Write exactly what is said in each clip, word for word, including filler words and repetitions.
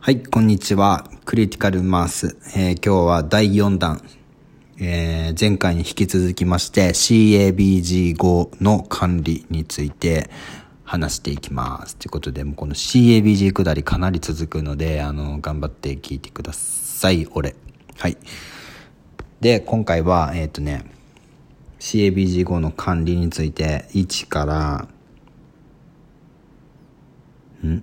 はい、こんにちは。クリティカルマース。えー、今日はだいよんだん。えー、前回に引き続きまして シーエービージーご の管理について話していきます。ということで、もうこの シーエービージー 下りかなり続くので、あの、頑張って聞いてください。俺。はい。で、今回は、えっとね、シーエービージーご の管理についていちから、ん ?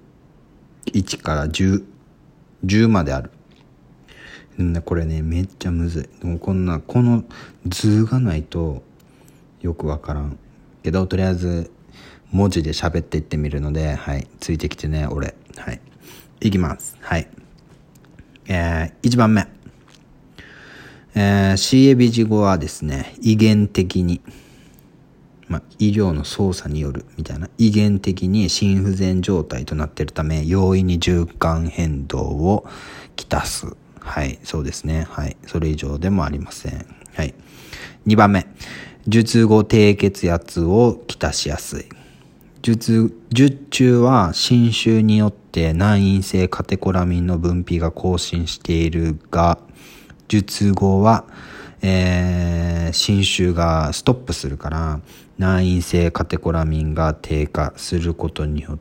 いち からじゅう、じゅうまである。これね、めっちゃむずい。でもこんな、この図がないとよくわからん。けど、とりあえず文字で喋っていってみるので、はい。ついてきてね、俺。はい。いきます。はい。えー、いちばんめ。えー、シーエービージーご はですね、遺伝的に、まあ、医療の操作によるみたいな、遺伝的に心不全状態となっているため、容易に循環変動をきたす。はい、そうですね。はい。それ以上でもありません。はい。にばんめ。術後低血圧をきたしやすい。術、術中は侵襲によって難因性カテコラミンの分泌が更新しているが、術後は、えー、侵襲がストップするから、難因性カテコラミンが低下することによって、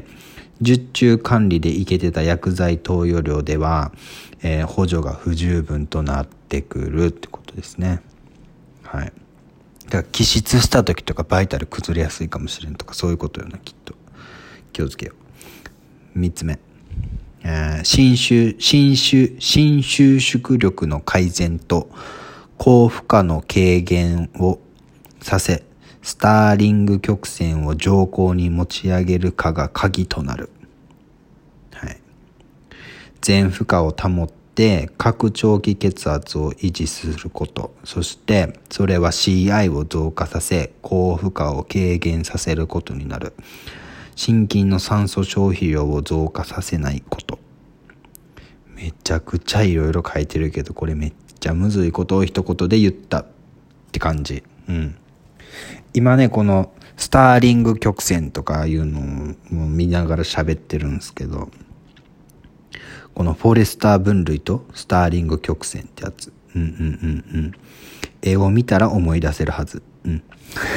術中管理でいけてた薬剤投与量では、えー、補助が不十分となってくるってことですね。はい。だから気質した時とかバイタル崩れやすいかもしれんとか、そういうことよな、きっと。気をつけよう。三つ目。えー、心収、心収、心収縮力の改善と高負荷の軽減をさせ、スターリング曲線を上向に持ち上げるかが鍵となる。はい。全負荷を保って拡張器血圧を維持すること。そしてそれは シーアイ を増加させ、高負荷を軽減させることになる。心筋の酸素消費量を増加させないこと。めちゃくちゃいろいろ書いてるけど、これめっちゃむずいことを一言で言ったって感じ。うん。今ね、このスターリング曲線とかいうのを見ながら喋ってるんですけど、このフォレスター分類とスターリング曲線ってやつ。うんうんうんうん。絵を見たら思い出せるはず。うん。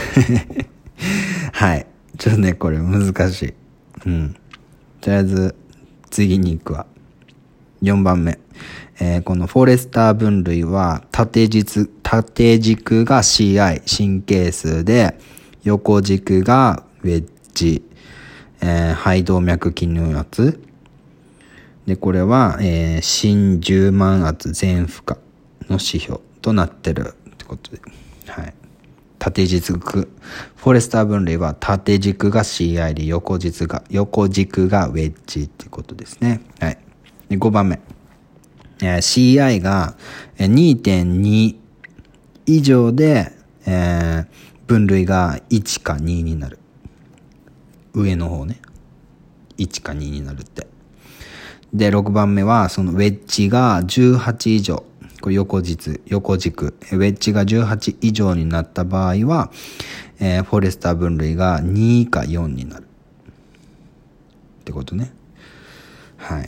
はい。ちょっとね、これ難しい。うん。とりあえず、次に行くわ。よんばんめ。えー、このフォレスター分類は縦軸、縦軸が シーアイ、神経数で、横軸がウェッジ、えー、肺動脈機能圧。で、これは、えー、心充満圧全負荷の指標となってるってことで。はい。縦軸、フォレスター分類は縦軸が シーアイ で横軸が、横軸がウェッジってことですね。はい。で、ごばんめ。えー、シーアイ が にてんに 以上で、えー、分類がいちかにになる。上の方ね。いちかにになるって。で、ろくばんめは、そのウェッジがじゅうはち以上。これ横軸、横軸。ウェッジがじゅうはち以上になった場合は、えー、フォレスター分類がにかよんになる。ってことね。はい。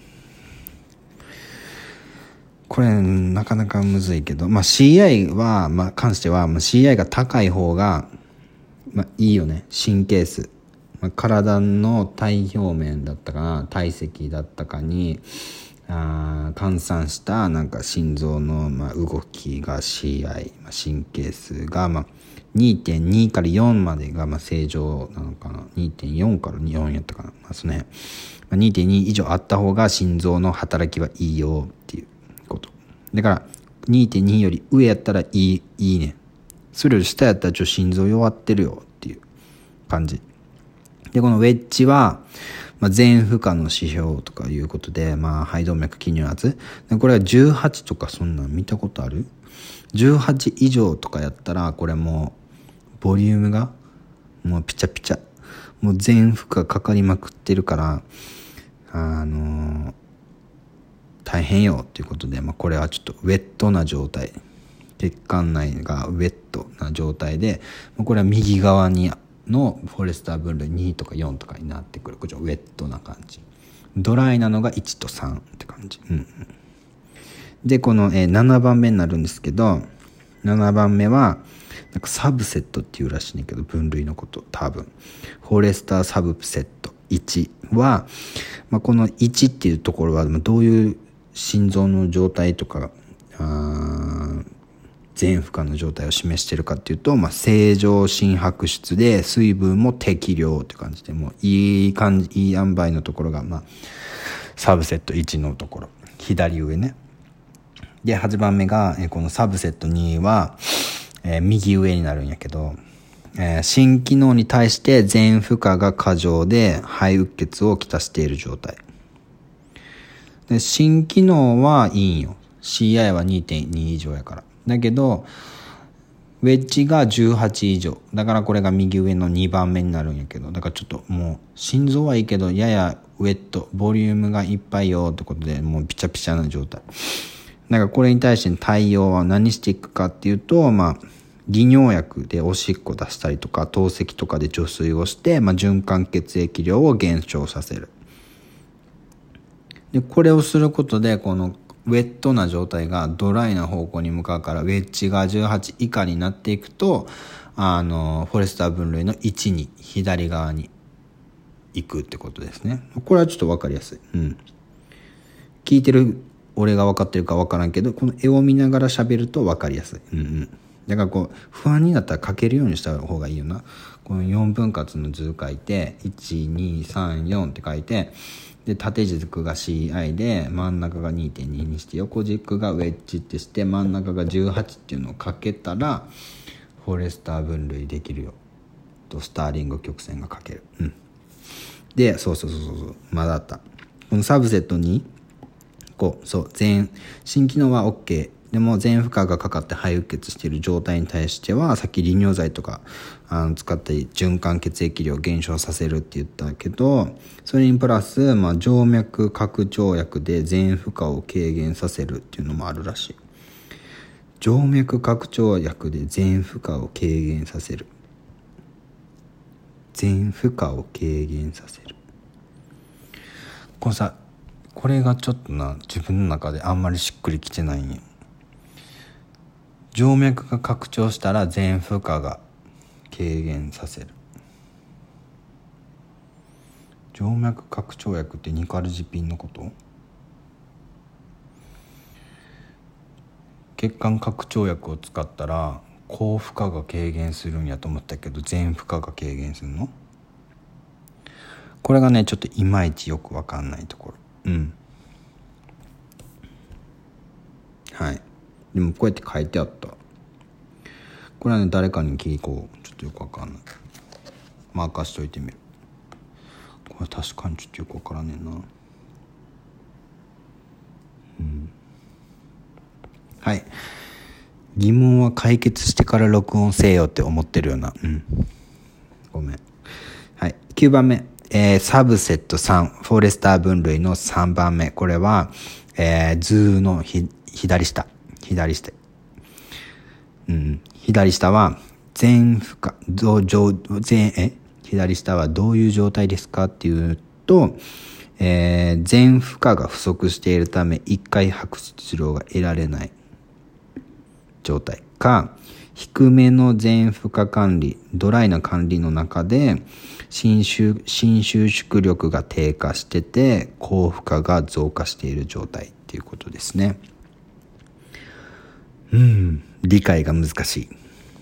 これ、なかなかむずいけど、まあ シーアイ は、まあ関しては、まあ、シーアイ が高い方が、まあいいよね。神経数。まあ、体の体表面だったかな、体積だったかに、あ換算したなんか心臓のまあ動きが シーアイ、まあ、神経数がまあ にてんに からよんまでがまあ正常なのかな、 にてんよん からよんやったかな、まあ、その辺、まあ、にてんに 以上あった方が心臓の働きはいいよっていうこと。だから にてんに より上やったらいい、いいね。それより下やったらちょっと心臓弱ってるよっていう感じで、このウェッジは、まあ、全負荷の指標とかいうことで、まあ、肺動脈機能圧。これはじゅうはちとかそんなん見たことある ?じゅうはち 以上とかやったら、これもう、ボリュームが、もうピチャピチャ。もう全負荷かかりまくってるから、あのー、大変よっていうことで、まあ、これはちょっとウェットな状態。血管内がウェットな状態で、これは右側に、のフォレスター分類にとかよんとかになってくる。こっちはウェットな感じ。 ドライなのがいちとさんって感じ、うんうん、でこの、えー、ななばんめになるんですけど、ななばんめはなんかサブセットっていうらしいねんけど、分類のこと多分フォレスターサブセットいちは、まあ、このいちっていうところはどういう心臓の状態とかあ全負荷の状態を示しているかっていうと、まあ、正常心拍出で水分も適量って感じで、もういい感じ、いい塩梅のところが、まあ、サブセットいちのところ左上ね。ではちばんめが、えー、このサブセットには、えー、右上になるんやけど、えー、心機能に対して全負荷が過剰で肺うっ血をきたしている状態で、心機能はいいんよ。 シーアイ は にてんに 以上やから。だけどウェッジがじゅうはち以上だから、これが右上のにばんめになるんやけど、だからちょっともう心臓はいいけどややウェットボリュームがいっぱいよってことで、もうピチャピチャな状態だから、これに対しての対応は何していくかっていうと、まあ利尿薬でおしっこ出したりとか透析とかで除水をして、まあ、循環血液量を減少させる。でこれをすることで、このウェットな状態がドライな方向に向かうから、ウェッジがじゅうはち以下になっていくと、あのフォレスター分類のいちに左側に行くってことですね。これはちょっと分かりやすい。うん。聞いてる俺が分かってるか分からんけど、この絵を見ながら喋ると分かりやすい。うんうん。だからこう不安になったら書けるようにした方がいいよな。このよんぶん割の図書いていちにさんよんって書いて、で縦軸が シーアイ で真ん中が にてんに にして、横軸がウェッジってして真ん中がじゅうはちっていうのを書けたらフォレスター分類できるよと、スターリング曲線が書ける。うん。でそうそうそうそうまだあった。このサブセットにこうそう全心機能は OK でも全負荷がかかって肺うっ血している状態に対しては、さっき利尿剤とかあの使ったり循環血液量を減少させるって言ったけど、それにプラス、まあ、静脈拡張薬で全負荷を軽減させるっていうのもあるらしい。静脈拡張薬で全負荷を軽減させる全負荷を軽減させるこのさ、これがちょっとな自分の中であんまりしっくりきてないんよ。静脈が拡張したら全負荷が軽減させる。静脈拡張薬ってニカルジピンのこと？血管拡張薬を使ったら高負荷が軽減するんやと思ったけど、全負荷が軽減するの？これがねちょっといまいちよく分かんないところ。うんはい。でもこうやって書いてあった。これはね誰かに聞こう。ちょっとよく分かんない。マーカーしといてみる。これ確かにちょっとよく分からねえな。うんはい。疑問は解決してから録音せよって思ってるような。うんごめん。はい。きゅうばんめ、えー、サブセットさん、フォレスター分類のさんばんめ。これは、えー、図のひ左下。左下。うん。左下は、全負荷、ど上全、え左下はどういう状態ですかっていうと、えー、全負荷が不足しているため、いっかい拍出量が得られない状態か、低めの全負荷管理、ドライな管理の中で心収、心収縮力が低下してて高負荷が増加している状態っていうことですね。うん理解が難しい。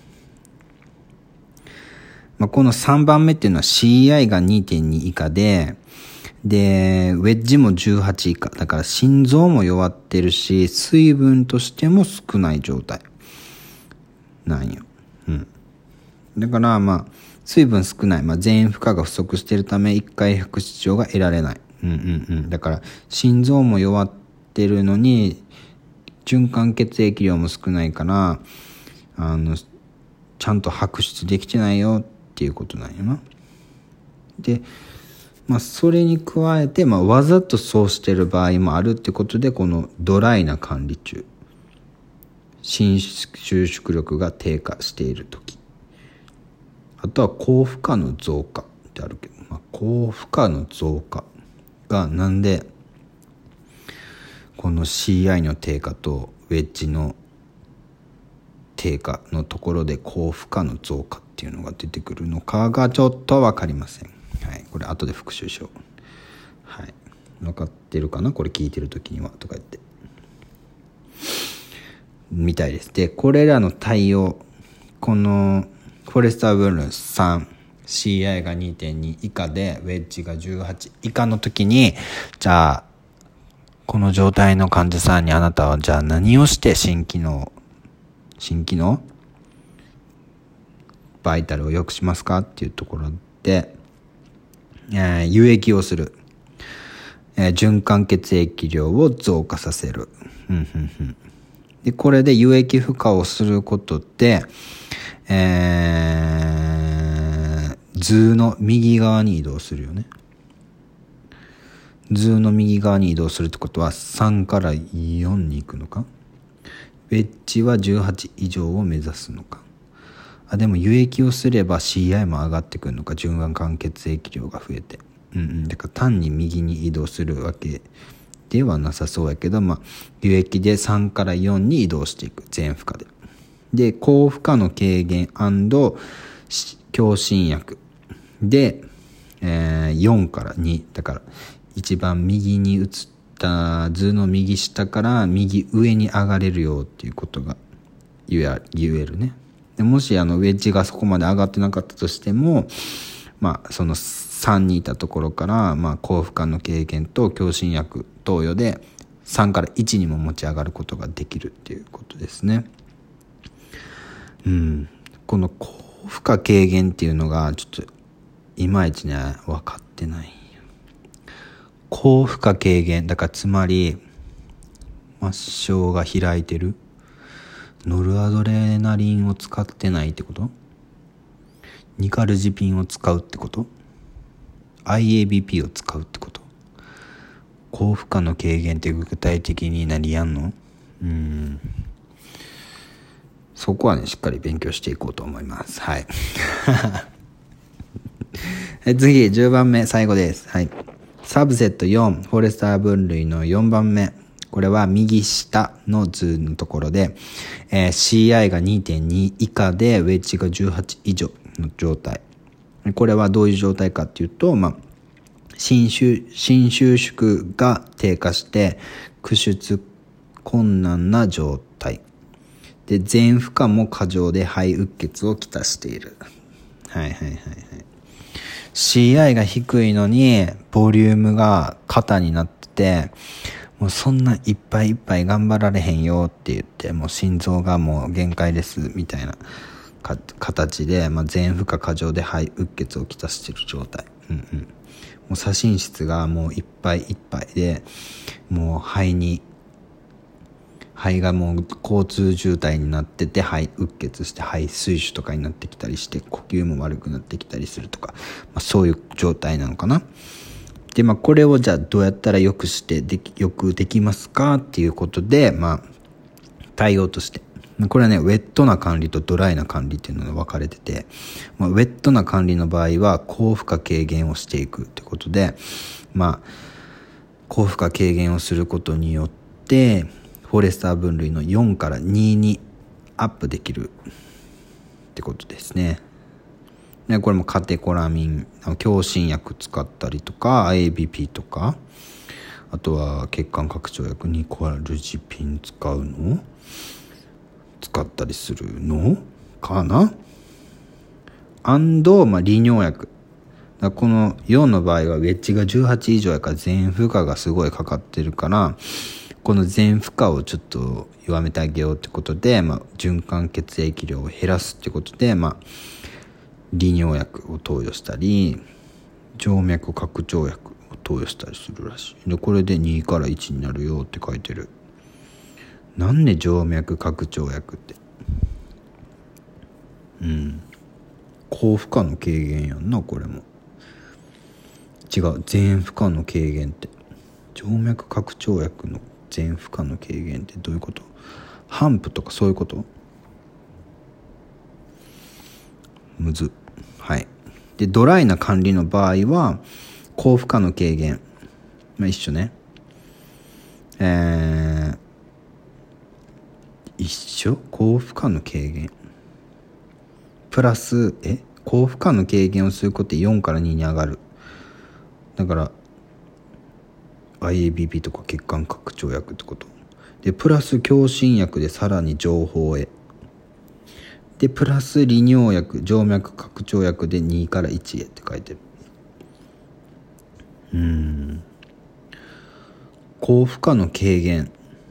まあ、このさんばんめっていうのは シーアイ が にてんに 以下で、で、ウェッジもじゅうはち以下。だから心臓も弱ってるし、水分としても少ない状態なんよ。うん。だからまあ、水分少ない。まあ、全負荷が不足しているため、いっかい拍出量が得られない。うんうんうん。だから、心臓も弱ってるのに、循環血液量も少ないから、あの、ちゃんと拍出できてないよっていうことなんよな。で、まあ、それに加えて、まあ、わざとそうしてる場合もあるってことで、このドライな管理中、心収縮力が低下しているとき、あとは高負荷の増加ってあるけど、まあ、高負荷の増加、 がなんでこの シーアイ の低下とウェッジの低下のところで高負荷の増加っていうのが出てくるのかがちょっと分かりません。はい、これ後で復習しよう。はい、分かってるかな、これ聞いてる時にはとか言ってみたいです。でこれらの対応、このフォレスター分類さん、 シーアイ が にてんに 以下でウェッジがじゅうはち以下の時に、じゃあこの状態の患者さんにあなたはじゃあ何をして心機能心機能バイタルを良くしますかっていうところで、えー、輸液をする、えー、循環血液量を増加させる、うんうんうん、でこれで輸液負荷をすることで、えー、図の右側に移動するよね。図の右側に移動するってことはさんからよんに行くのか、ウェッジはじゅうはち以上を目指すのか、あでも輸液をすれば シーアイ も上がってくるのか、循環血液量が増えて、うんうん、だから単に右に移動するわけではなさそうやけど、まあ輸液でさんからよんに移動していく、全負荷で。で高負荷の軽減&強心薬で、えー、よんからにだから一番右に移った図の右下から右上に上がれるよっていうことが言え、言えるね。でもしあのウェッジがそこまで上がってなかったとしても、まあそのさんにいたところから、まあ高負荷の軽減と強心薬投与でさんからいちにも持ち上がることができるっていうことですね。うん、この高負荷軽減っていうのがちょっといまいちね分かってない。高負荷軽減だからつまり末梢が開いてる、ノルアドレナリンを使ってないってこと、ニカルジピンを使うってこと、 アイエービーピー を使うってこと。高負荷の軽減って具体的に何やんの？うーんそこはねしっかり勉強していこうと思います。はい次じゅうばんめ、最後です。はい、サブセットよん、フォレスター分類のよんばんめ、これは右下の図のところで、えー、シーアイ が にてんに 以下でウェッジがじゅうはち以上の状態。これはどういう状態かっていうと、まあ、心収心収縮が低下して駆出困難な状態で、全負荷も過剰で肺うっ血をきたしている。はいはいはいはい。シーアイ が低いのにボリュームが肩になってて、もうそんないっぱいいっぱい頑張られへんよって言って、もう心臓がもう限界ですみたいなか形で、まあ、全負荷過剰で肺うっ血をきたしている状態。うんうん。もう左心室がもういっぱいいっぱいで、もう肺に肺がもう交通渋滞になってて、肺うっ血して肺水腫とかになってきたりして、呼吸も悪くなってきたりするとか、まあ、そういう状態なのかな。でまあこれをじゃあどうやったらよくしてできよくできますかっていうことで、まあ対応として、これはねウェットな管理とドライな管理っていうのが分かれてて、まあ、ウェットな管理の場合は高負荷軽減をしていくってことで、まあ高負荷軽減をすることによってフォレスター分類のよんからににアップできるってことですね。でこれもカテコラミン、強心薬使ったりとか エービーピー とか、あとは血管拡張薬ニコルジピン使うの使ったりするのかな。アンド、まあ、利尿薬だ、このよんの場合はウェッジがじゅうはち以上やから全負荷がすごいかかってるから、この全負荷をちょっと弱めてあげようってことで、まあ、循環血液量を減らすってことで、まあ、利尿薬を投与したり静脈拡張薬を投与したりするらしい。でこれでにからいちになるよって書いてる。なんで静脈拡張薬って、うん高負荷の軽減やんな。これも違う、全負荷の軽減って、静脈拡張薬の全負荷の軽減ってどういうこと？ハンプとかそういうこと？むず。はい。でドライな管理の場合は高負荷の軽減まあ一緒ね。えー、一緒幸福感の軽減。プラス、え幸福感の軽減をすることでよんからにに上がる。だから、アイエービーピー とか血管拡張薬ってこと。で、プラス強心薬でさらに情報へ。で、プラス利尿薬、静脈拡張薬でにからいちへって書いてる。うーん。高負荷の軽減。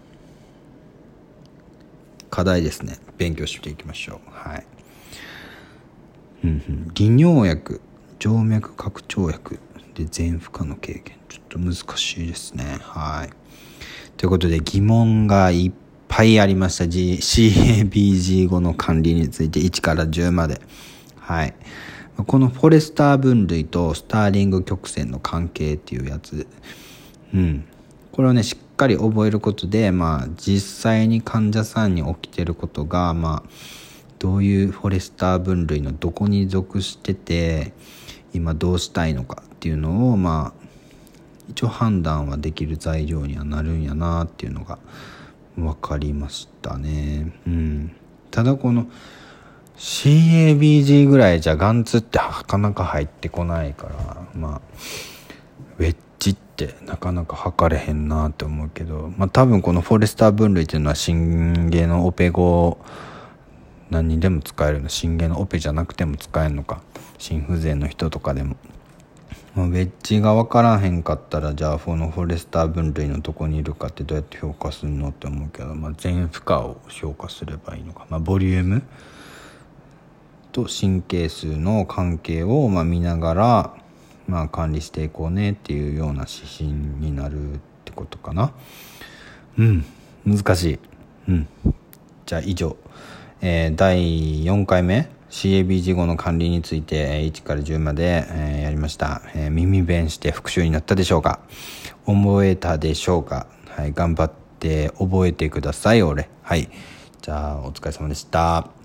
課題ですね。勉強していきましょう。はい。うんうん。利尿薬、静脈拡張薬で全負荷の軽減。ちょっと難しいですね。はい。ということで疑問がいっぱいありました。G、シーエービージー 後の管理についていちからじゅうまで。はい。このフォレスター分類とスターリング曲線の関係っていうやつ。うん。これをね、しっかり覚えることで、まあ、実際に患者さんに起きてることが、まあ、どういうフォレスター分類のどこに属してて、今どうしたいのかっていうのを、まあ、一応判断はできる材料にはなるんやなっていうのが分かりましたね。うん。ただこの シーエービージー ぐらいじゃガンツってなかなか入ってこないから、まあウェッジってなかなか測れへんなって思うけど、まあ多分このフォレスター分類っていうのは心外のオペ後何にでも使えるの。心外のオペじゃなくても使えるのか。心不全の人とかでも。まあ、ウェッジが分からへんかったら、じゃあこのフォレスター分類のどこにいるかってどうやって評価するのって思うけど、まあ、全負荷を評価すればいいのか。まあ、ボリュームと神経数の関係をまあ見ながら、まあ、管理していこうねっていうような指針になるってことかな。うん、難しい。うん。じゃあ以上、えー、だいよんかいめシーエービージー 後の管理についていちからじゅうまで、えー、やりました、えー、耳弁して復習になったでしょうか。覚えたでしょうか。はい、頑張って覚えてください。俺はい、じゃあお疲れ様でした。